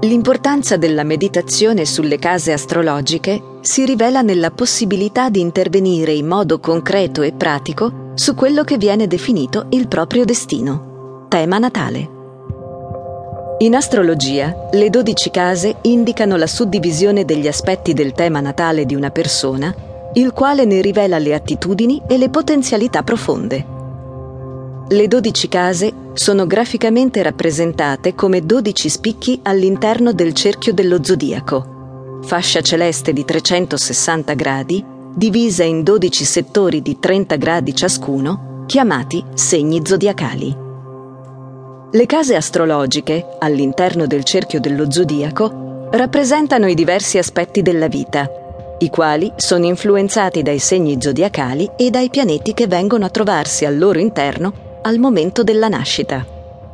L'importanza della meditazione sulle case astrologiche si rivela nella possibilità di intervenire in modo concreto e pratico su quello che viene definito il proprio destino, tema natale. In astrologia, le 12 case indicano la suddivisione degli aspetti del tema natale di una persona, il quale ne rivela le attitudini e le potenzialità profonde. Le 12 case sono graficamente rappresentate come 12 spicchi all'interno del cerchio dello zodiaco, fascia celeste di 360 gradi, divisa in 12 settori di 30 gradi ciascuno, chiamati segni zodiacali. Le case astrologiche, all'interno del cerchio dello zodiaco, rappresentano i diversi aspetti della vita, i quali sono influenzati dai segni zodiacali e dai pianeti che vengono a trovarsi al loro interno al momento della nascita.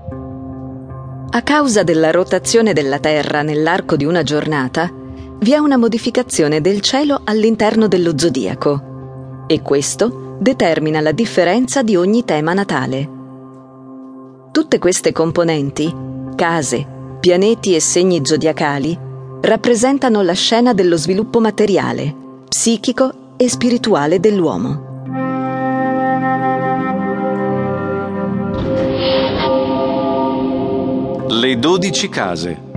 A causa della rotazione della Terra nell'arco di una giornata, vi è una modificazione del cielo all'interno dello zodiaco, e questo determina la differenza di ogni tema natale. Tutte queste componenti, case, pianeti e segni zodiacali, rappresentano la scena dello sviluppo materiale, psichico e spirituale dell'uomo. Le 12 case.